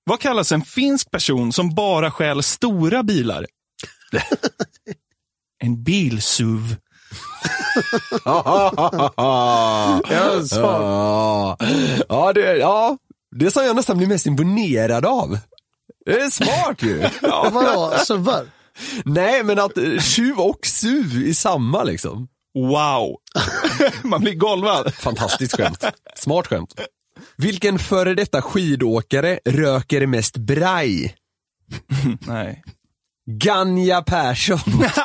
Vad kallas en finsk person som bara stjäl stora bilar? En bilsuv. Det som jag nästan blir mest imponerad av. Det är smart ju. Vadå? Suvar? Nej, men att tjuv och suv i samma liksom. Wow. Man blir golvad. Fantastiskt skämt. Smart skämt. Vilken före detta skidåkare röker mest braj? Nej. Ganja Persson.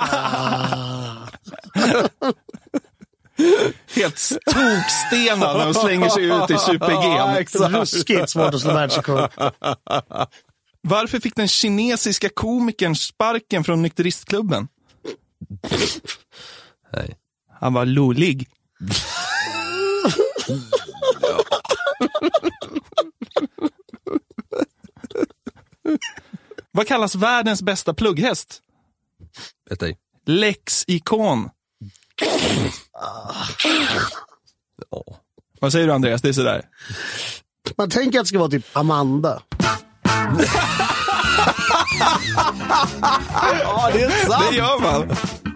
Helt stokstenad när de slänger sig ut i super-G. Ruskigt svårt att slå världsrekord. Varför fick den kinesiska komikern sparken från nykteristklubben? Nej. Han var lolig. Vad kallas världens bästa plugghäst? Vet ej. Lexikon. Vad säger du, Andreas? Det är sådär. Man tänker att det ska vara typ Amanda. Ja, det är sant. Det gör man.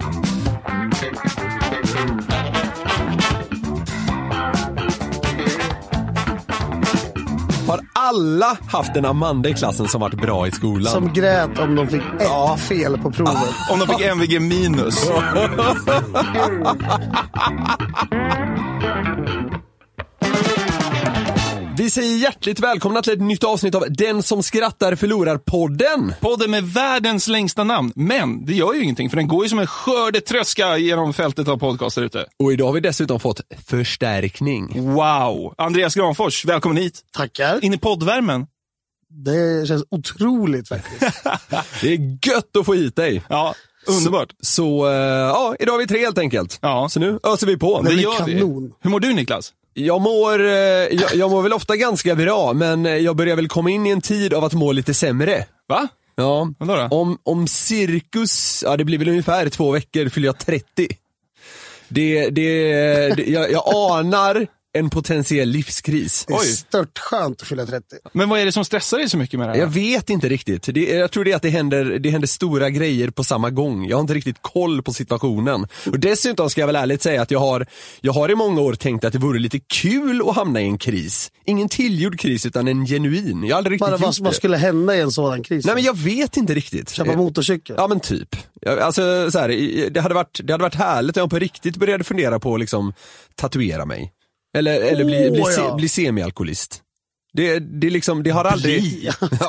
Har alla haft en Amanda i klassen som varit bra i skolan? Som grät om de fick ett fel på provet. Om de fick MVG minus. Vi säger hjärtligt välkomna till ett nytt avsnitt av Den som skrattar förlorar-podden. Podden med världens längsta namn. Men det gör ju ingenting, för den går ju som en skördetröska genom fältet av podcaster ute. Och idag har vi dessutom fått förstärkning. Wow. Andreas Granfors, välkommen hit. Tackar. In i poddvärmen. Det känns otroligt faktiskt. Det är gött att få hit dig. Ja, underbart. Så idag är vi 3 helt enkelt. Ja. Så nu öser vi på. Det gör kanon. vi. Hur mår du, Niklas? Jag mår väl ofta ganska bra, men jag börjar väl komma in i en tid av att må lite sämre. Va? Ja. Vadå då? Om cirkus, det blir väl ungefär 2 veckor fyller jag 30. Jag anar en potentiell livskris. Det är stört skönt att fylla 30. Men vad är det som stressar dig så mycket med det här? Jag vet inte riktigt. Jag tror det är att det händer stora grejer på samma gång. Jag har inte riktigt koll på situationen. Och dessutom ska jag väl ärligt säga att jag har i många år tänkt att det vore lite kul att hamna i en kris. Ingen tillgjord kris, utan en genuin. Jag har aldrig riktigt gjort det. Vad skulle hända i en sådan kris? Nej, men jag vet inte riktigt. Köpa motorcykel? Ja, men typ. Alltså, så här, det hade varit härligt om jag på riktigt började fundera på att liksom tatuera mig. Eller bli semi-alkoholist. Det liksom, det har aldrig...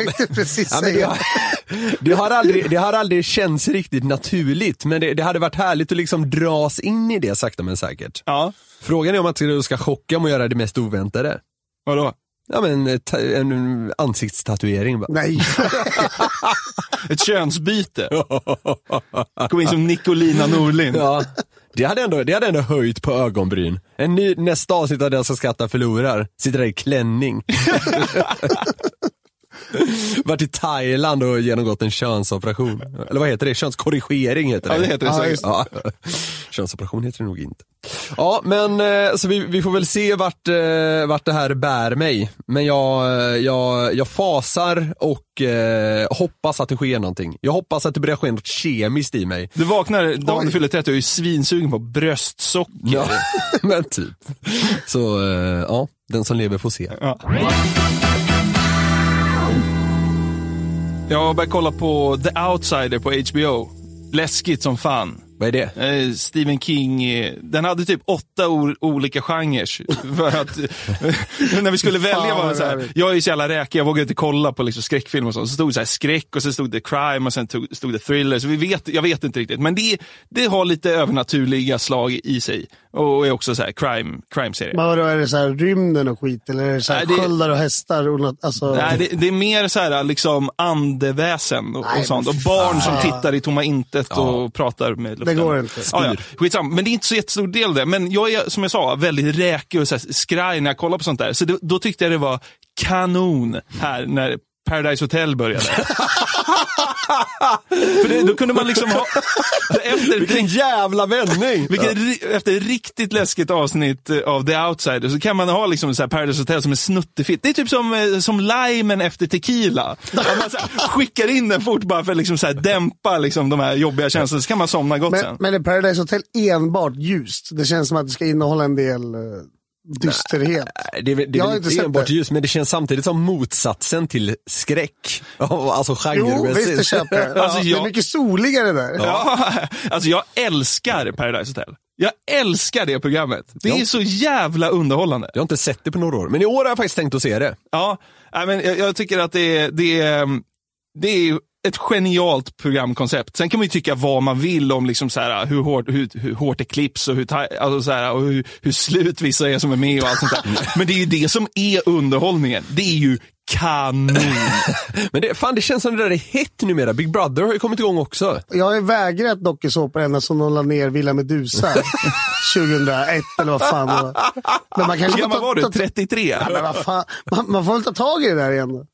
Det har aldrig känts riktigt naturligt, men det hade varit härligt att liksom dras in i det sakta men säkert. Ja. Frågan är om att du ska chocka och göra det mest oväntade. Vadå? Ja, men en ansiktstatuering bara. Nej. Ett könsbyte. Kom in som Nicolina Norlind. Ja. Det hade ändå höjt på ögonbryn. Nästa avsnitt av Den som skrattar förlorar. Sitter där i klänning. Varit i Thailand och genomgått en könsoperation. Eller vad heter det? Könskorrigering heter det. Ja, det heter det säkert. Ja. Könsoperation heter det nog inte. Ja, men så vi får väl se vart det här bär mig. Men jag fasar och hoppas att det sker någonting. Jag hoppas att det börjar ske något kemiskt i mig. Du vaknar dagen du fyller 30 och är svinsugen på bröstsocker. Ja, men typ. Så den som lever får se. Ja. Jag har börjat kolla på The Outsider på HBO. Läskigt som fan. Vad är det? Stephen King, den hade typ 8 olika genrer. För att när vi skulle välja var det så här, jag är ju så jävla räkig, jag vågar inte kolla på liksom skräckfilm och så. Så stod det så här skräck och så stod det crime och sen stod det thriller. Så jag vet inte riktigt. Men det har lite övernaturliga slag i sig. Och är också så här crime-serie. Men vadå, är det så här rymden och skit? Eller är det så här sköldar och hästar? Och något, alltså... Nej, det är mer så här liksom andeväsen och sånt. Och barn som tittar i tomma intet och pratar med luften. Det går inte. Ja. Skitsamma. Men det är inte så jättestor del av det. Men jag är, som jag sa, väldigt räkig och så här skraj när jag kollar på sånt där. Så då tyckte jag det var kanon här när Paradise Hotel började. För då kunde man liksom ha... Vilken jävla vändning! Efter ett riktigt läskigt avsnitt av The Outsider så kan man ha liksom så här Paradise Hotel som är snuttefitt. Det är typ som limen efter tequila. Man så här, skickar in den fort bara för att liksom så här dämpa liksom de här jobbiga känslorna, så kan man somna gott sen. Men är Paradise Hotel enbart ljust? Det känns som att det ska innehålla en del dysterhet. Det är inte enbart ljus, men det känns samtidigt som motsatsen till skräck. Alltså genremässigt. Jo, visst, det köper jag. Alltså, det är mycket soligare där. Ja, alltså jag älskar Paradise Hotel. Jag älskar det programmet. Det är så jävla underhållande. Jag har inte sett det på några år, men i år har jag faktiskt tänkt att se det. Ja, men jag tycker att det är ett genialt programkoncept. Sen kan man ju tycka vad man vill om liksom så här, hur hårt det klipps och hur slut vissa är som är med och allt sånt där. Men det är ju det som är underhållningen. Det är ju kanon. Men det känns som det där är hett numera. Big Brother har ju kommit igång också. Jag har ju vägrat dokusåpor ända som de la ner Villa Medusa 2001 eller vad fan det var. Men man kan var du? 33? Ja, men vad fan, man får väl ta tag i det där igen.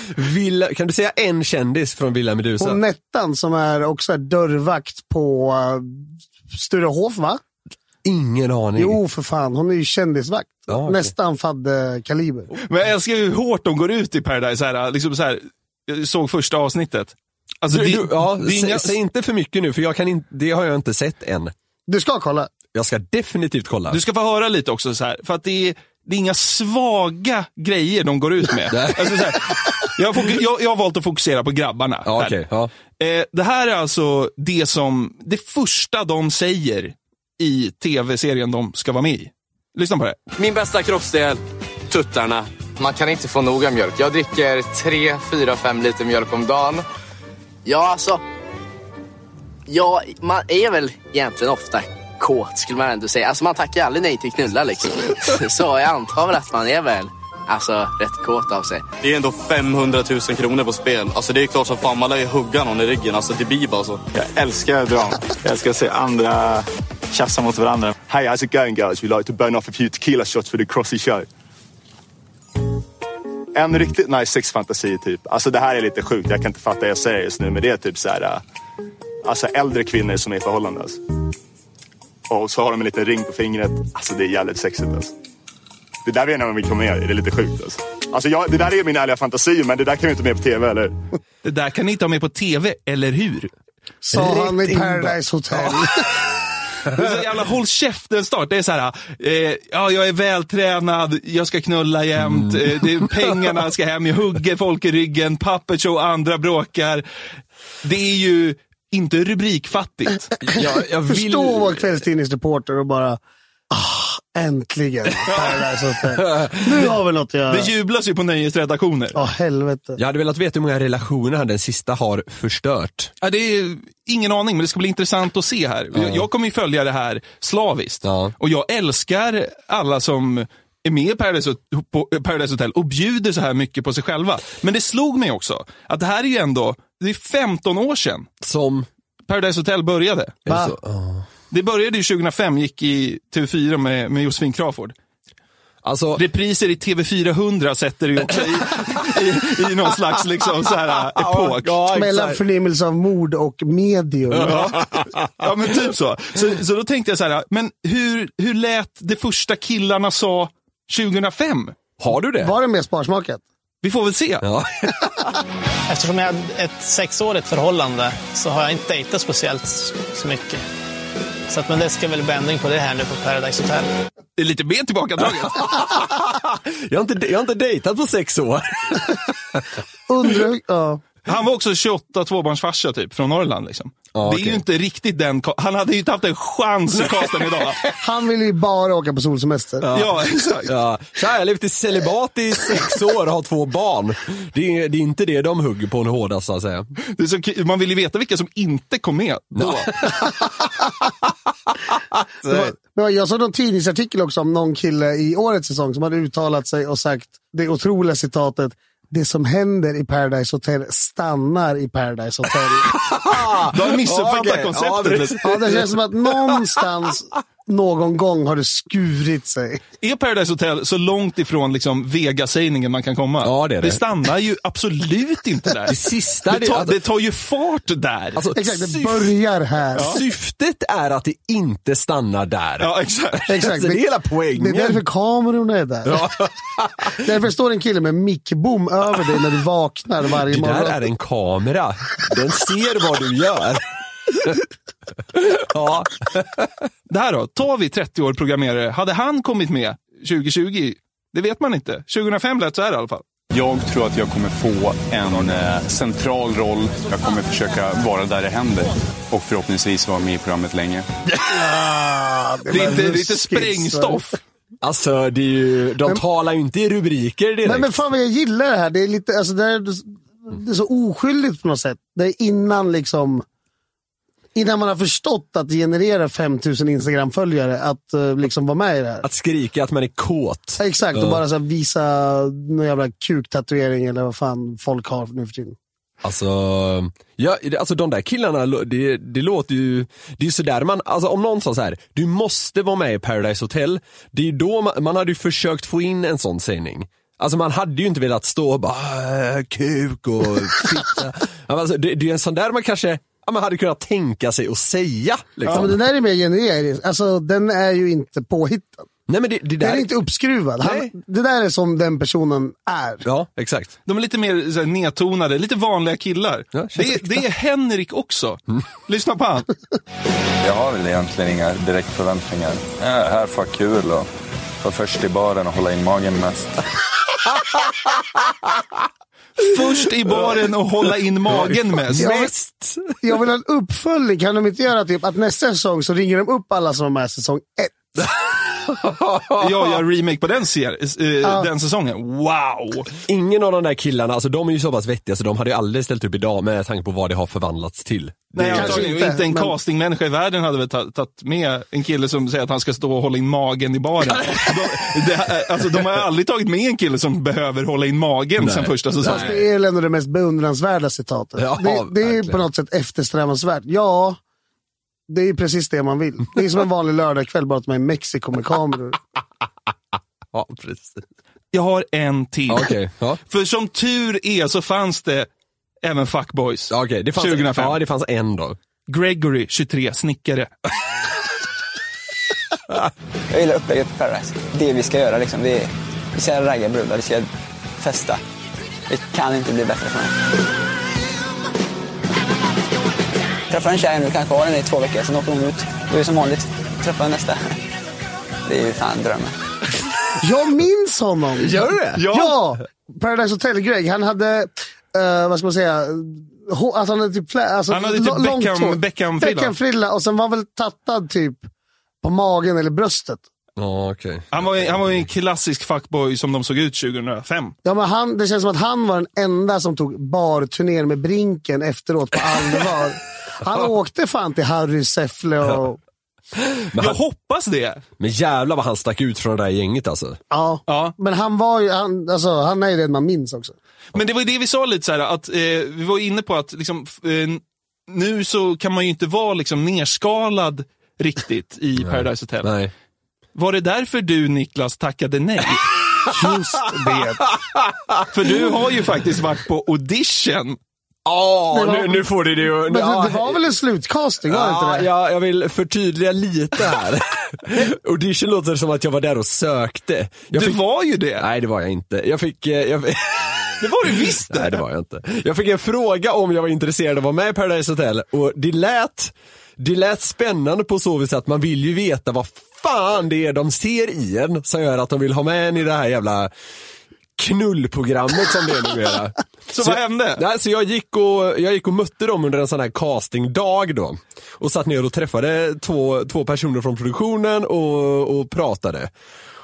Kan du säga en kändis från Villa Medusa? Hon Nettan som är också dörrvakt på Sturehof, va? Ingen aning. Jo, för fan. Hon är ju kändisvakt. Ja, okay. Nästan Fadde kaliber. Men jag älskar hur hårt de går ut i Paradise här. Liksom så här, jag såg första avsnittet. Alltså, säg inte för mycket nu, för det har jag inte sett än. Du ska kolla. Jag ska definitivt kolla. Du ska få höra lite också så här, för att det är inga svaga grejer de går ut med. Alltså, så här, jag har valt att fokusera på grabbarna. Ja, okay, ja. Det här är alltså det första de säger i tv-serien de ska vara med i. Lyssna på det. Min bästa kroppsdel, tuttarna. Man kan inte få nog av mjölk. Jag dricker 3, 4, 5 liter mjölk om dagen. Ja, alltså. Ja, man är väl egentligen ofta kåt, skulle man ändå säga. Alltså man tackar aldrig nej till knulla liksom. Så jag antar väl att man är väl rätt kåt av sig. Det är ändå 500 000 kronor på spel. Alltså det är klart som fan man lär ju hugga någon i ryggen. Alltså det blir bara så. Jag älskar drama. Jag älskar att se andra tjafsa mot varandra. Hey, how's it going, guys? We like to burn off a few tequila shots for the Crossy show. En riktigt nice sexfantasi typ. Alltså det här är lite sjukt. Jag kan inte fatta jag säger just nu. Men det är typ så här. Alltså äldre kvinnor som är i förhållande. Alltså. Och så har de en liten ring på fingret. Alltså det är jävligt sexigt alltså. Det där vet jag när man vill komma med. Det är lite sjukt alltså. Det där är min ärliga fantasi. Men det där kan vi inte med på tv, eller? Det där kan ni inte ha med på tv, eller hur? Sa han i Paradise Hotel. Det är så jävla håll käften start. Det är så här, jag är vältränad, jag ska knulla jämt, pengarna ska hem, jag hugger folk i ryggen, Puppet Show, andra bråkar. Det är ju inte rubrikfattigt. Jag förstår vad kvällstidningsreporter och bara äntligen Paradise Hotel. Nu har vi något att göra. Det jublas ju på nöjesredaktioner. Helvete. Jag hade velat veta hur många relationer den sista har förstört. Ja, det är ingen aning, men det ska bli intressant att se här. Jag kommer ju följa det här slaviskt. Ja. Och jag älskar alla som är med i Paradise Hotel och bjuder så här mycket på sig själva. Men det slog mig också att det här är ju ändå, det är 15 år sedan som Paradise Hotel började. Det började ju 2005, gick i TV4 med Josefin Crawford. Alltså, repriser i TV400 sätter det ju också i någon slags liksom så här epok. Mellan förnimmelse av mord och medium. Ja, men typ så. Så då tänkte jag så här, men hur lät det första killarna sa 2005? Har du det? Var det mer sparsmakat? Vi får väl se. Ja. Eftersom jag hade ett 6-årigt förhållande så har jag inte dejtat speciellt så mycket. Så men det ska väl bli ändring på det här nu på Paradise Hotel. Det är lite mer tillbakadraget. jag har inte dejtat på 6 år. Han var också 28 tvåbarnsfarsa typ från Norrland liksom. Det är ju inte riktigt den. Han hade ju inte haft en chans i casten idag. Han vill ju bara åka på solsemester. Ja, exakt. Ja. Så här, jag har levt i celibat i 6 år och har 2 barn. Det är inte det de hugger på en hårdast, så att säga. Det är så, man vill ju veta vilka som inte kom med då. Jag såg någon tidningsartikel också om någon kille i årets säsong som hade uttalat sig och sagt det otroliga citatet: det som händer i Paradise Hotel stannar i Paradise Hotel. Du har missuppfattat konceptet. Det känns som att någonstans någon gång har det skurit sig. Är Paradise Hotel så långt ifrån liksom Vegas-sägningen man kan komma? Ja, det är det. Det stannar ju absolut inte där. Det sista... Det tar ju fart där. Alltså, Exakt, det börjar här. Ja. Syftet är att det inte stannar där. Ja, exakt. Alltså, det är hela poängen. Det är därför kamerorna är där. Ja. Därför står en kille med mickbom över dig när du vaknar varje morgon. Det där är en kamera. Den ser vad du gör. Ja. Det här då, tar vi 30 år programmerare. Hade han kommit med 2020? Det vet man inte. 2005 lät så här i alla fall. Jag tror att jag kommer få en central roll. Jag kommer försöka vara där det händer. Och förhoppningsvis vara med i programmet länge. Ja, det är lite sprängstoff. Alltså, det är ju, de talar ju inte i rubriker direkt. Men fan vad jag gillar det här. Det är lite, alltså det är så oskyldigt på något sätt. Det är innan man har förstått att det genererar 5000 Instagram-följare att liksom vara med i det här. Att skrika att man är kåt. Ja, exakt, och bara så här, visa någon jävla kuktatuering eller vad fan folk har nu för tiden. Alltså de där killarna, det låter ju, det är ju sådär man, alltså om någon sa så här, du måste vara med i Paradise Hotel, det är då man hade ju försökt få in en sån sägning. Alltså man hade ju inte velat stå och bara kuk och fitta. Alltså, det är en sån där man kanske man hade kunnat tänka sig att säga. Liksom. Ja, men den där är mer genererisk. Alltså den är ju inte påhittad. Nej, men det den där är inte uppskruvad. Det där är som den personen är. Ja, exakt. De är lite mer så här, nedtonade, lite vanliga killar. Ja, det är Henrik också. Lyssna på han. Jag har väl egentligen inga direkt förväntningar. Jag är här för kul och var först i baren och hålla in magen mest. Först i baren och hålla in magen mest. Jag vill ha en uppföljning. Kan de inte göra typ att nästa säsong så ringer de upp alla som är med säsong 1? Jag remake på den den säsongen. Wow! Ingen av de där killarna, alltså de är ju så pass vettiga så de hade ju aldrig ställt upp idag med tanke på vad det har förvandlats till. Nej, inte en castingmänniska i världen hade väl tagit med en kille som säger att han ska stå och hålla in magen i baren. De har aldrig tagit med en kille som behöver hålla in magen sen första säsongen. Det är ändå det mest beundransvärda citatet. Ja, det är på något sätt eftersträvansvärt. Ja, det är precis det man vill. Det är som en vanlig lördagkväll bara att man är i Mexiko med kameror. Ja, precis. Jag har en till. Okay, ja. För som tur är så fanns det även fuckboys. Okay, det fanns 2005. Ja, det fanns en då. Gregory, 23, snickare. Jag gillar upplägget på Paradise. Det vi ska göra liksom, vi ska ragga brudar, vi ska festa. Det kan inte bli bättre för mig. Träffar en tjej nu, kanske har den i 2 veckor, sen åker hon ut. Då är det som vanligt, träffar nästa. Det är ju fan drömmen. Jag minns honom. Gör du det? Ja! Paradise Hotel Greg, han hade, vad ska man säga, alltså han hade typ, han hade typ Beckham-frilla och sen var han väl tattad typ på magen eller bröstet. Ja, okej. Han var ju en klassisk fuckboy som de såg ut 2005. Ja, men det känns som att han var den enda som tog barturnén med Brinken efteråt på allvar. Han åkte fan till Harry Säffle och... Jag hoppas det. Men jävlar vad han stack ut från det där gänget alltså. Ja. Men han var ju, han är ju det man minns också. Men det var ju det vi sa lite så här, att vi var inne på att liksom, nu så kan man ju inte vara liksom nerskalad riktigt i Paradise Hotel. Nej. Var det därför du, Niklas, tackade nej? Just det. För du har ju faktiskt varit på audition. Nu får det ju... Men det var väl en slutcasting, var det inte det? Ja, jag vill förtydliga lite här. Audition låter som att jag var där och sökte. Du var ju det. Nej, det var jag inte. Jag fick... Det var du visst det. Nej, det var jag inte. Jag fick en fråga om jag var intresserad av att vara med i Paradise Hotel. Och det lät spännande på så vis att man vill ju veta vad fan det är de ser i en som gör att de vill ha med en i det här jävla knullprogrammet som det är numera. Så vad hände? Nej, så jag gick och mötte dem under en sån här castingdag då. Och satt ner och träffade två personer från produktionen och pratade.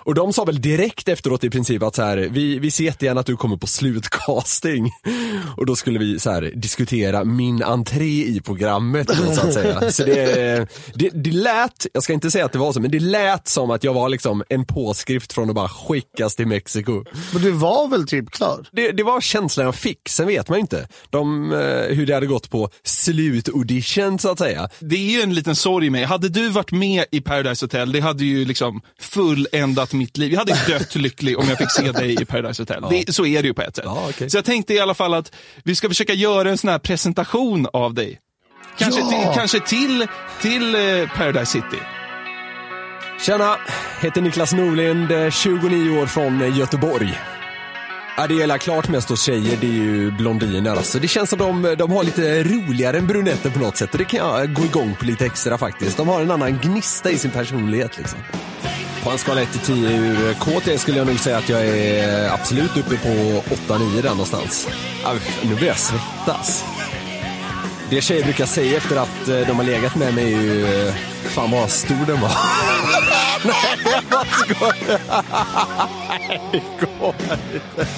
Och de sa väl direkt efteråt i princip att så här, vi ser jättegärna att du kommer på slutcasting. Och då skulle vi så här diskutera min entré i programmet då, så att säga. Så det lät, jag ska inte säga att det var så, men det lät som att jag var liksom en påskrift från att bara skickas till Mexiko. Men du var väl typ klar? Det var känslan jag fick, sen vet man inte hur det hade gått på slutaudition så att säga. Det är ju en liten sorg med. Hade du varit med i Paradise Hotel, det hade ju liksom fulländat mitt liv. Jag hade dött lycklig om jag fick se dig i Paradise Hotel. Ja. Så är det ju på ett sätt. Ja, okay. Så jag tänkte i alla fall att vi ska försöka göra en sån här presentation av dig. Kanske till Paradise City. Tjena, heter Niklas Norlind, 29 år från Göteborg. Ja, det gäller klart mest hos tjejer, det är ju blondiner. Alltså. Det känns som de har lite roligare än brunetter på något sätt. Och det kan jag gå igång på lite extra faktiskt. De har en annan gnista i sin personlighet liksom. På en skala 1-10 ur KT skulle jag nog säga att jag är absolut uppe på 8-9 där någonstans. Ja, nu blir jag svettas. Det tjejer brukar säga efter att de har legat med mig är ju fan vad stor den var. Nej, jag skojar. Nej, det går inte.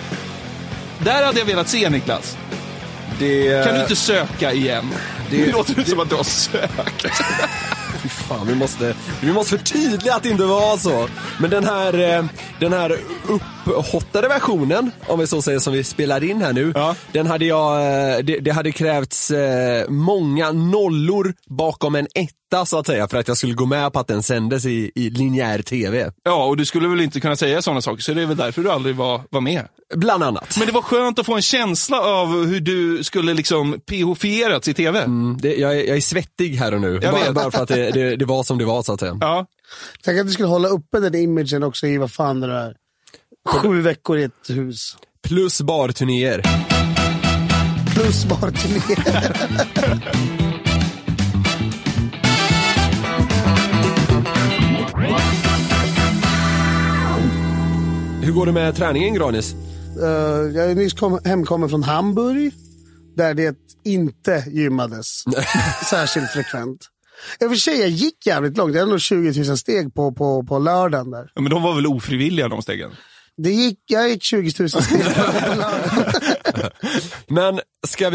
Där hade jag velat se Niklas. Kan du inte söka igen? Det låter som att du har sökt. Fy fan, vi måste förtydliga att det inte var så. Men den här upphottade versionen, om vi så säger, som vi spelar in här nu, den hade det hade krävts många nollor bakom en etta så att säga, för att jag skulle gå med på att den sändes i linjär tv. Ja, och du skulle väl inte kunna säga sådana saker, så det är väl därför du aldrig var med. Bland annat. Men det var skönt att få en känsla av hur du skulle liksom PH-fierats i tv. Jag är svettig här och nu. Bara för att det var som det var så att säga. Ja. Tänk att du skulle hålla uppe den imagen också i vad fan det är. 7 veckor i ett hus. Plus barturnéer. Hur går det med träningen, Granis? Jag är nyss hemkommen från Hamburg, där det inte gymmades särskilt frekvent. I och för sig, jag gick jävligt långt. Jag hade nog 20 000 steg på lördagen där. Ja, men de var väl ofrivilliga, de stegen? Jag gick 20 000 steg på lördagen. Men ska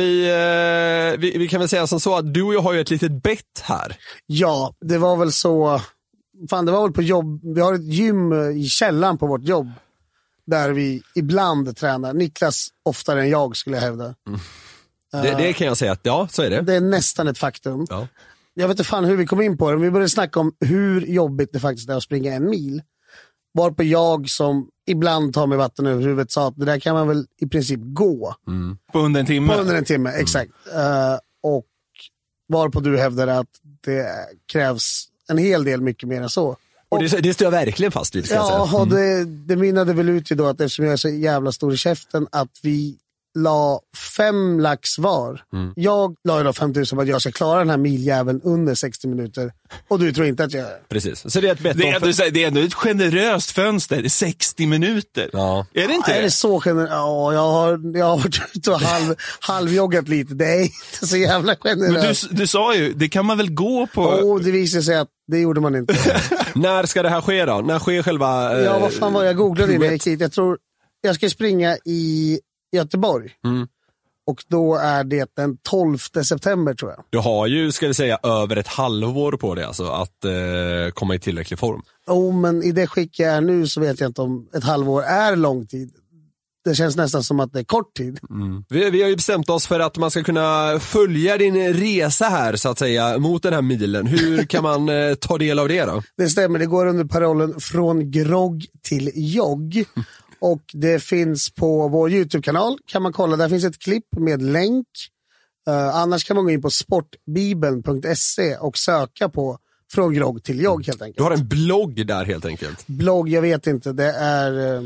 vi kan väl säga som så att du och jag har ju ett litet bett här. Ja, det var väl så. Fan, det var väl på jobb. Vi har ett gym i källaren på vårt jobb, där vi ibland tränar. Niklas oftare än jag, skulle jag hävda. Det kan jag säga att ja, så är det. Det är nästan ett faktum. Ja. Jag vet inte fan hur vi kom in på det. Vi började snacka om hur jobbigt det faktiskt är att springa 1 mil. Varpå jag, som ibland tar mig vatten över huvudet, sa att det där kan man väl i princip gå. På under en timme? På under en timme, exakt. Och varpå du hävdade att det krävs en hel del mycket mer än så. Och det står jag verkligen fast vid, ska jag säga. Ja, och det mynnade väl ut ju då att eftersom jag är så jävla stor i käften, att vi la 5 lax var. Jag la ju då 5 000 på att jag ska klara den här miljäveln under 60 minuter. Och du tror inte att jag... Precis. Så det är ett bett det är ändå ett generöst fönster, 60 minuter. Ja. Är det inte det? Är det så generöst? Ja, jag har varit ute och halvjoggat lite. Det är inte så jävla generöst. Men du sa ju, det kan man väl gå på... Det visade sig att det gjorde man inte. När ska det här ske då? När sker själva... Ja, vad fan var jag googlade innan jag gick hit? Jag tror jag ska springa i Göteborg. Och då är det den 12 september, tror jag. Du har ju, ska vi säga, över ett halvår på det, alltså, att komma i tillräcklig form. Men i det skick jag är nu så vet jag inte om ett halvår är lång tid. Det känns nästan som att det är kort tid. Vi har ju bestämt oss för att man ska kunna följa din resa här, så att säga, mot den här milen. Hur kan man ta del av det då? Det stämmer, det går under parollen från grogg till jogg. Och det finns på vår YouTube-kanal, kan man kolla. Där finns ett klipp med länk. Annars kan man gå in på sportbibeln.se och söka på från grogg till jogg, helt enkelt. Du har en blogg där, helt enkelt. Blogg, jag vet inte. Det är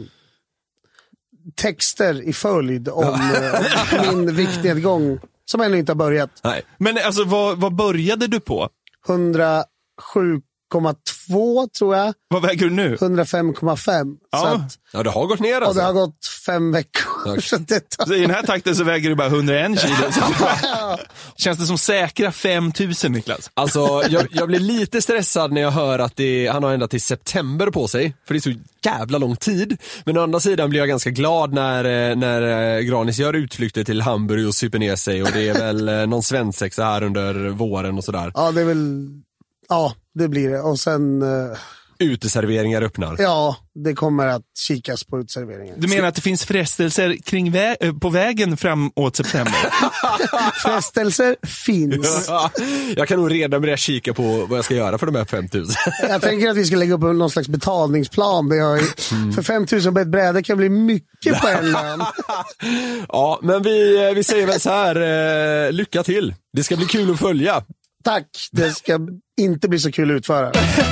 texter i följd om min viktnedgång som ännu inte har börjat. Nej. Men alltså, vad började du på? 107,5 105,2 tror jag. Vad väger du nu? 105,5. Ja. Ja, det har gått ner alltså. Och det har gått 5 veckor. Så i den här takten så väger du bara 101 kilo. Känns det som säkra 5000, Niklas? Alltså, jag blir lite stressad när jag hör att han har ända till september på sig. För det är så jävla lång tid. Men å andra sidan blir jag ganska glad när Granis gör utflykter till Hamburg och super ner sig. Och det är väl någon svensexa här under våren och sådär. Ja, det är väl... Ja, det blir det. Och sen... Uteserveringar öppnar. Ja, det kommer att kikas på uteserveringar. Du menar att det finns frestelser på vägen framåt september? Frestelser finns. Jag kan nog redan börja kika på vad jag ska göra för de här 5000. Jag tänker att vi ska lägga upp någon slags betalningsplan. För 5000 på ett bräde kan bli mycket på en lön. Ja, men vi säger väl så här, lycka till. Det ska bli kul att följa. Tack, det ska inte bli så kul att utföra.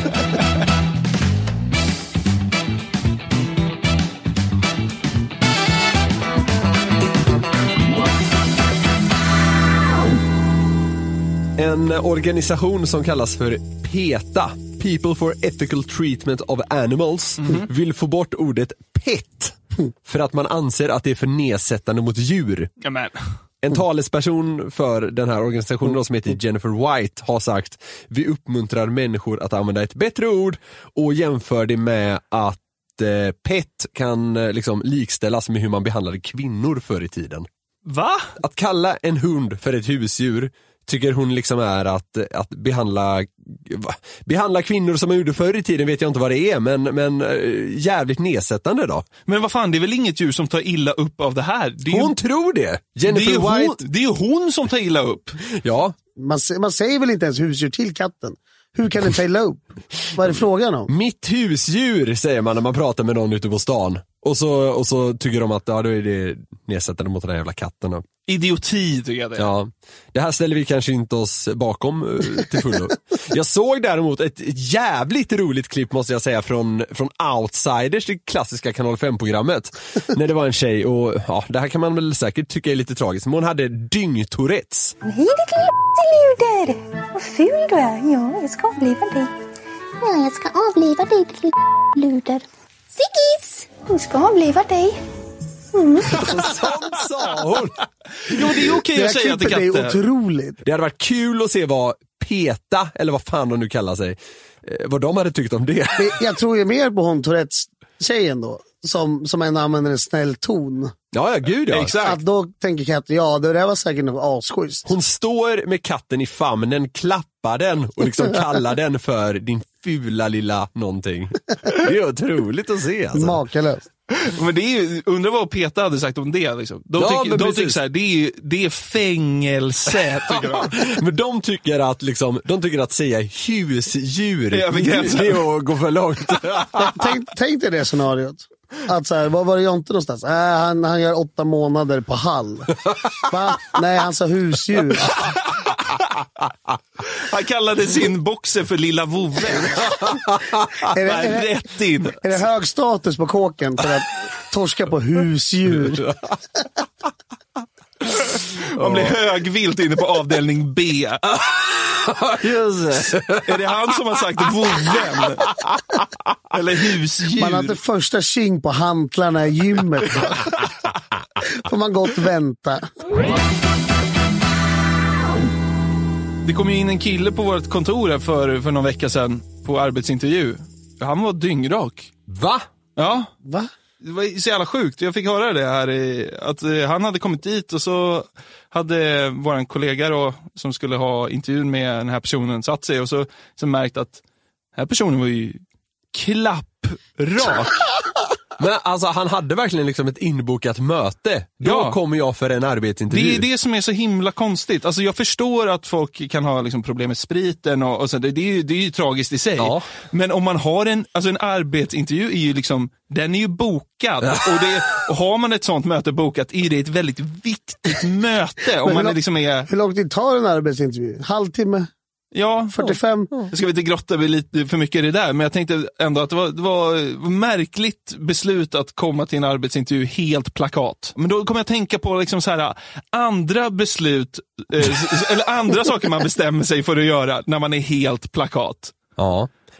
En organisation som kallas för PETA, People for Ethical Treatment of Animals, vill få bort ordet pet för att man anser att det är för nedsättande mot djur. Amen. En talesperson för den här organisationen som heter Jennifer White har sagt: vi uppmuntrar människor att använda ett bättre ord och jämför det med att pet kan liksom likställas med hur man behandlade kvinnor förr i tiden. Va? Att kalla en hund för ett husdjur tycker hon liksom är att behandla kvinnor som man gjorde förr i tiden, vet jag inte vad det är, men jävligt nedsättande då. Men vad fan, det är väl inget djur som tar illa upp av det här? Hon tror det. Jennifer White. Det är ju hon som tar illa upp. Ja. Man säger väl inte ens husdjur till katten? Hur kan den ta illa upp? Vad är det frågan om? Mitt husdjur säger man när man pratar med någon ute på stan. Och så tycker de att då är det nedsättande mot den här jävla katten. Idioti tycker jag det. Ja, det här ställer vi kanske inte oss bakom till fullo. Jag såg däremot ett jävligt roligt klipp måste jag säga från Outsiders, det klassiska Kanal 5-programmet. När det var en tjej och ja, det här kan man väl säkert tycka är lite tragiskt. Men hon hade dyngtourettes. Hej ditt luder! Vad ful du är. Ja, jag ska avliva dig. Ja, jag ska avliva dig ditt luder. Siggis! Jag ska avliva dig. Sånt sa hon. Jo, det är okej att säga till katter. Det är otroligt. Det hade varit kul att se vad PETA, eller vad fan de nu kallar sig, vad de hade tyckt om det. Jag tror ju mer på hon Tourettes-tjejen då, som ändå använder en snäll ton. Ja, gud ja. Exakt. Att då tänker katten, ja det där var säkert något asschysst. Hon står med katten i famnen, klappar den och liksom kallar den för din fula lilla någonting. Det är otroligt att se alltså. Makalöst. Men det är ju, undrar vad PETA hade sagt om det liksom. De tycker så här, det är fängelse tycker de. Men de tycker att säga husdjur det är att gå för långt. Tänk dig det scenariot. Att så här, vad var det Jonte någonstans? Han gör 8 månader på Hall. Va? Nej, han sa husdjur. Han kallade sin boxer för lilla vovve. Rätt in. Är det hög status på kåken för att torska på husdjur? Man blir högvilt inne på avdelning B. Just det. Är det han som har sagt vovven? Eller husdjur? Man har inte första tjing på hantlarna i gymmet. Får man gott vänta. Det kom ju in en kille på vårt kontor här för någon vecka sedan på arbetsintervju. Han var dyngrak. Va? Ja. Va? Det var så jävla sjukt. Jag fick höra det här att han hade kommit dit och så hade våran kollega då, som skulle ha intervjun med den här personen satt sig och så märkt att den här personen var ju klapprak. Men alltså han hade verkligen liksom ett inbokat möte. Då kommer jag för en arbetsintervju. Det är det som är så himla konstigt. Alltså jag förstår att folk kan ha liksom problem med spriten och så. Det är ju tragiskt i sig. Ja. Men om man har en arbetsintervju är ju liksom, den är ju bokad. Och har man ett sånt möte bokat är det ett väldigt viktigt möte. Om man liksom är... Hur lång tid tar en arbetsintervju? Halvtimme? Ja, 45. Jag ska inte grotta lite för mycket i det där, men jag tänkte ändå att det var märkligt beslut att komma till en arbetsintervju helt plakat. Men då kommer jag tänka på liksom så här, andra beslut eller andra saker man bestämmer sig för att göra när man är helt plakat. Ja.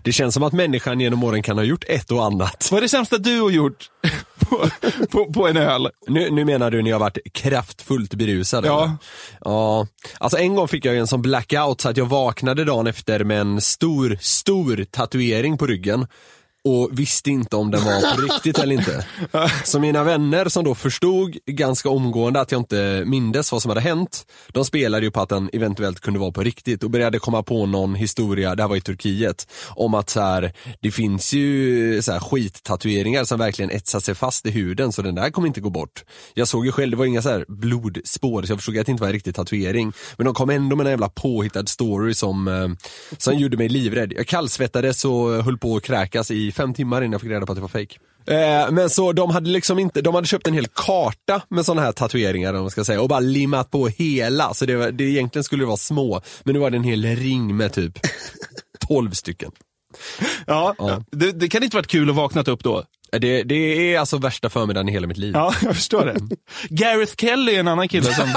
Det känns som att människan genom åren kan ha gjort ett och annat. Vad är det sämsta du har gjort på en öl? Nu menar du när jag har varit kraftfullt berusad? Ja. Eller? Ja. Alltså en gång fick jag en sån blackout så att jag vaknade dagen efter med en stor tatuering på ryggen. Och visste inte om den var på riktigt eller inte. Så mina vänner som då förstod ganska omgående att jag inte mindes vad som hade hänt, de spelade ju på att den eventuellt kunde vara på riktigt och började komma på någon historia, det här var i Turkiet, om att så här, det finns ju så här skittatueringar som verkligen etsar sig fast i huden, så den där kommer inte gå bort. Jag såg ju själv, det var inga så här blodspår, så jag förstod att det inte var en riktig tatuering. Men de kom ändå med en jävla påhittad story som gjorde mig livrädd. Jag kallsvettades och höll på att kräkas i 5 timmar innan jag fick reda på att det var fake. Men så de hade liksom inte, de hade köpt en hel karta med såna här tatueringar, om man ska säga, och bara limmat på hela, så det egentligen skulle det vara små, men nu var det en hel ring med typ 12 stycken. Ja. Det kan inte varit kul att vaknat upp då. Det är alltså värsta förmiddagen i hela mitt liv. Ja, jag förstår det. Gareth Kelly är en annan kille som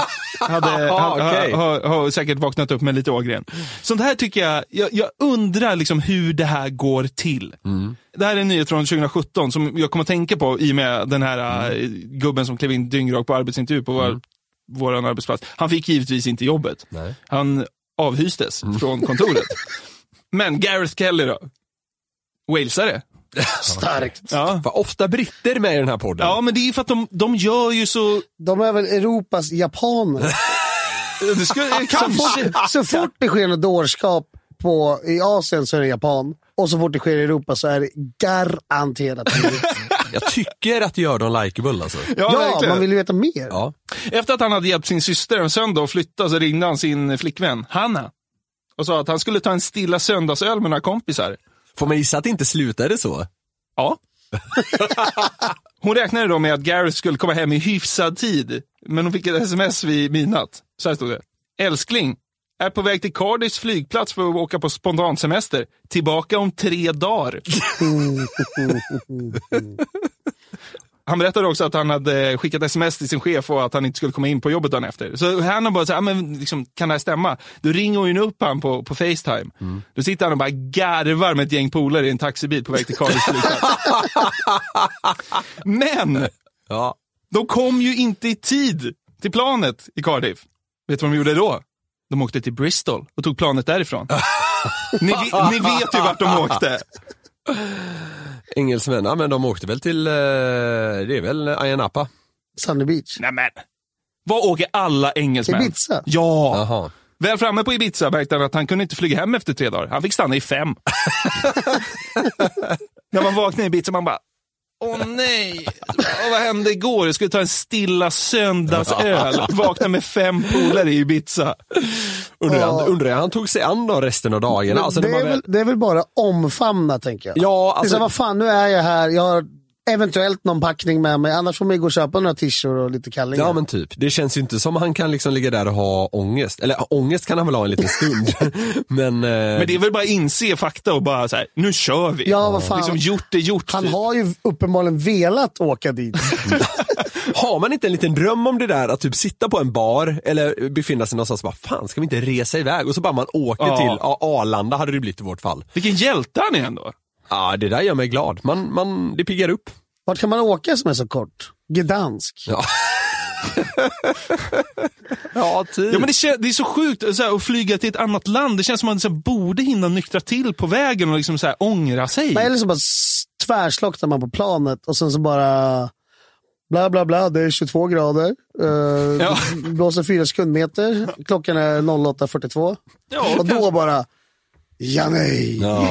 har säkert vaknat upp med lite ågren. Sånt här tycker jag undrar liksom hur det här går till. Det här är en nyhet från 2017 som jag kommer att tänka på i och med den här gubben som klev in dyngrak på arbetsintervju på vår arbetsplats. Han fick givetvis inte jobbet. Nej. Han avhystes från kontoret. Men Gareth Kelly då? Walesare. Starkt. Ja. För ofta britter med i den här podden. Ja, men det är för att de gör ju så... De är väl Europas japaner. Kanske. Så fort det sker något dårskap i Asien så är det Japan. Och så fort det sker i Europa så är det garanterat. Jag tycker att det gör dem likeable alltså. Ja, man vill ju veta mer. Ja. Efter att han hade hjälpt sin syster en söndag och flytta, så ringde han sin flickvän, Hanna, och sa att han skulle ta en stilla söndagsöl med några kompisar. Får man gissa att det inte slutade så? Ja. Hon räknade då med att Gareth skulle komma hem i hyfsad tid, men hon fick ett sms vid midnatt. Så här stod det: älskling, är på väg till Cardiffs flygplats för att åka på spontansemester. Tillbaka om 3 dagar. Han berättade också att han hade skickat sms till sin chef och att han inte skulle komma in på jobbet dagen efter. Så han har bara sagt, men liksom, kan det här stämma? Då ringer hon upp han på FaceTime. Då sitter han och bara garvar med ett gäng polare i en taxibil på väg till Cardiffs flygplats. Men de kom ju inte i tid till planet i Cardiff. Vet du vad de gjorde då? De åkte till Bristol och tog planet därifrån. Ni vet ju vart de åkte. Engelsmänna, men de åkte väl till, det är väl Ayia Napa. Sunny Beach. Nämen, vad åker alla engelsmän? Ibiza? Ja. Aha. Väl framme på Ibiza märkte han att han kunde inte flyga hem efter 3 dagar. Han fick stanna i 5. När man vaknade i Ibiza man bara, åh nej, vad hände igår? Jag skulle ta en stilla söndagsöl. Vakna med 5 polare i Ibiza. Undrar jag han tog sig an då resten av dagen. Alltså, det är väl bara omfamna, tänker jag. Ja, alltså... Så, vad fan, nu är jag här. Jag har eventuellt någon packning med mig. Annars får man gå och köpa några t-shirts och lite kallingar. Ja, men typ. Det känns ju inte som han kan liksom ligga där och ha ångest. Eller ångest kan han väl ha en liten stund. Men det är väl bara inse fakta och bara så här, nu kör vi. Ja, vad fan. Liksom gjort är gjort. Han har ju uppenbarligen velat åka dit. Har man inte en liten dröm om det där att typ sitta på en bar eller befinna sig någonstans och bara, fan, ska vi inte resa iväg? Och så bara man åker till Arlanda, hade det blivit i vårt fall. Vilken hjälte han är ändå. Ja, det där gör mig glad. Det piggar upp. Vart kan man åka som är så kort? Gdansk. Ja. Ja, typ. Ja, men det är så sjukt så här, att flyga till ett annat land. Det känns som att man så här, borde hinna nyktra till på vägen och liksom så här, ångra sig. Men eller så bara tvärslocknar man på planet och sen så bara bla bla bla, det är 22 grader. Blåser 4 sekundmeter. Klockan är 08:42. Ja, och då bara ja, nej. Ja.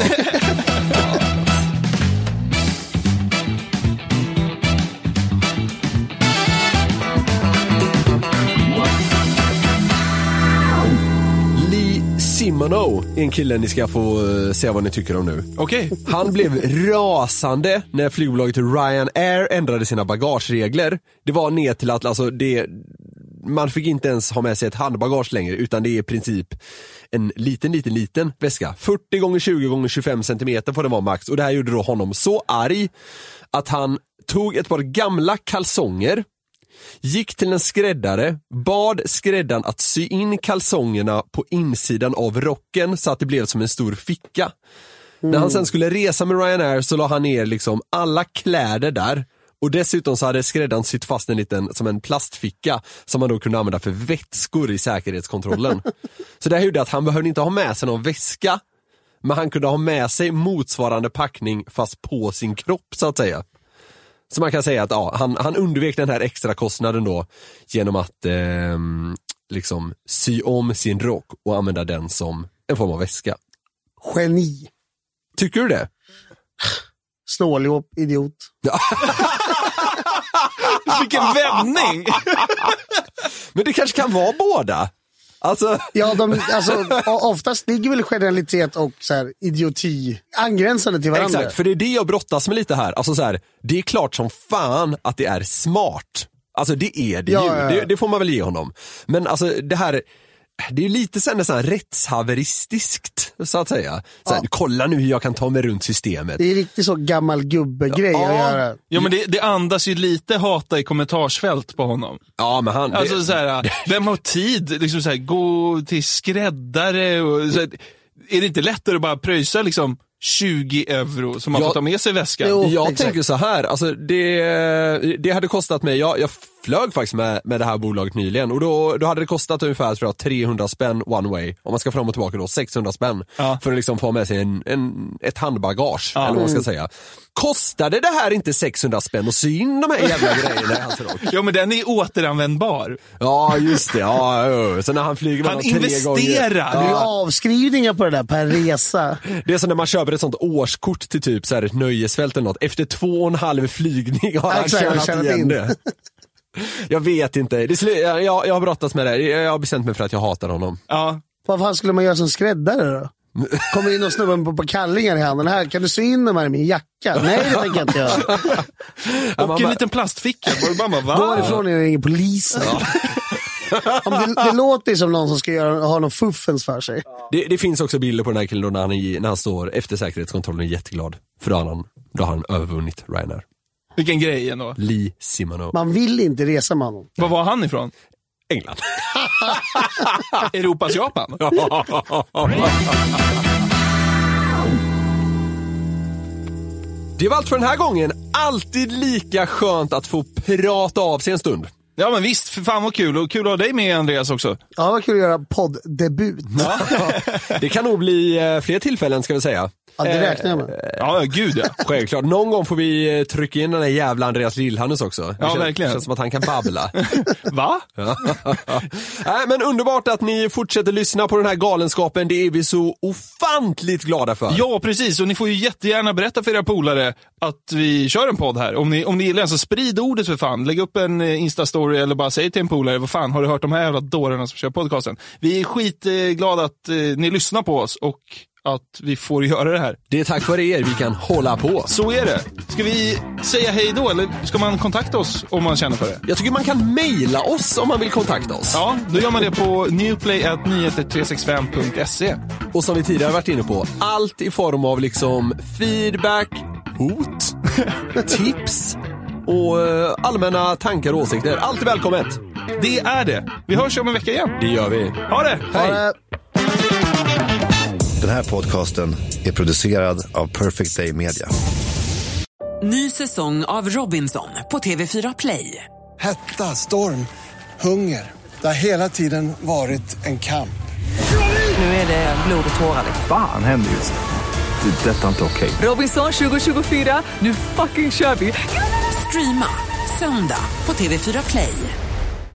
Simono är en kille ni ska få se vad ni tycker om nu. Okej. Han blev rasande när flygbolaget Ryanair ändrade sina bagageregler. Det var ner till att alltså, man fick inte ens ha med sig ett handbagage längre, utan det är i princip en liten väska. 40 x 20 x 25 centimeter får det vara max. Och det här gjorde då honom så arg att han tog ett par gamla kalsonger, gick till en skräddare, bad skräddaren att sy in kalsongerna på insidan av rocken så att det blev som en stor ficka. När han sen skulle resa med Ryanair så la han ner liksom alla kläder där. Och dessutom så hade skräddaren sytt fast en liten, som en plastficka som man då kunde använda för vätskor i säkerhetskontrollen. Så det gjorde att han behövde inte ha med sig någon väska, men han kunde ha med sig motsvarande packning fast på sin kropp så att säga. Så man kan säga att han undvek den här extra kostnaden då genom att liksom sy om sin rock och använda den som en form av väska. Geni. Tycker du det? Snåljåp, idiot. Vilken vändning! Men det kanske kan vara båda. Alltså... Ja, oftast ligger väl genialitet och så här, idioti angränsande till varandra. Exakt, för det är det jag brottas med lite här. Alltså så här, det är klart som fan att det är smart. Alltså det är det ju. Ja. Det får man väl ge honom. Men alltså det här... Det är lite så nästan rättshaveristiskt så att säga. Så här, kolla nu hur jag kan ta mig runt systemet. Det är riktigt så gammal gubbe-grej att göra. Ja, men det andas ju lite hata i kommentarsfält på honom. Ja, men han... Alltså så här, vem har tid? Liksom så här, gå till skräddare och så här, är det inte lättare att bara pröjsa liksom 20 euro som man får ta med sig i väskan? Jo, jag tänker så här, alltså det hade kostat mig, jag flög faktiskt med det här bolaget nyligen och då hade det kostat ungefär tror jag, 300 spänn one way, om man ska fram och tillbaka då 600 spänn för att liksom få med sig ett handbagage eller vad man ska säga. Kostade det här inte 600 spänn och sy in de här jävla grejerna i hans rock? Ja, men den är återanvändbar. Ja, just det. Ja, så när han flyger med han investerar. Det är avskrivningar på det där per resa. Det är som när man köper ett sånt årskort till typ så här ett nöjesfält eller något. Efter 2,5 flygning har han tjänat igen det. Jag vet inte. Jag har brottats med det. Jag har bestämt mig för att jag hatar honom. Ja. Vad fan skulle man göra som skräddare då? Kommer in och snubben på kallingar i handen. Här, kan du sy in dem här i min jacka? Nej, det tänker jag inte göra. Och en liten plastficka. Gå ifrån är det ingen polisen. Det låter som någon som ska ha någon fuffens för sig. Det finns också bilder på den här killen då när han står efter säkerhetskontrollen och är jätteglad. För då har han övervunnit Ryanair. Vilken grej ändå. Lee Simano. Man vill inte resa med honom. Var var han ifrån? England. Europas Japan. Det var allt för den här gången. Alltid lika skönt att få prata av sig en stund. Ja, men visst, för fan vad kul. Och kul att ha dig med, Andreas, också. Ja, vad kul att göra podddebut. Ja. Det kan nog bli fler tillfällen, ska vi säga. Ja, det räknar jag med. Ja, gud ja. Självklart. Någon gång får vi trycka in den här jävla Andreas Lillhannes också. Ja, verkligen. Det känns som att han kan babbla. Va? Ja. Nej, men underbart att ni fortsätter lyssna på den här galenskapen. Det är vi så ofantligt glada för. Ja, precis. Och ni får ju jättegärna berätta för era polare att vi kör en podd här. Om ni gillar den, så sprid ordet för fan. Lägg upp en Insta-story eller bara säg till en polare, vad fan, har du hört de här jävla dårarna som kör podcasten? Vi är skitglada att ni lyssnar på oss och att vi får göra det här. Det är tack vare er vi kan hålla på. Så är det. Ska vi säga hej då, eller ska man kontakta oss om man känner för det? Jag tycker man kan mejla oss om man vill kontakta oss. Ja, då gör man det på newplay@nyheter365.se. Och som vi tidigare varit inne på, allt i form av liksom feedback, hot, tips och allmänna tankar och åsikter. Allt är välkommet. Det är det. Vi hörs om en vecka igen. Det gör vi. Ha det. Hej. Den här podcasten är producerad av Perfect Day Media. Ny säsong av Robinson på TV4 Play. Hetta, storm, hunger. Det har hela tiden varit en kamp. Nu är det blod och tårar. Fan händer just det. Det är detta inte okej. Robinson 2024, nu fucking kör vi. Streama söndag på TV4 Play.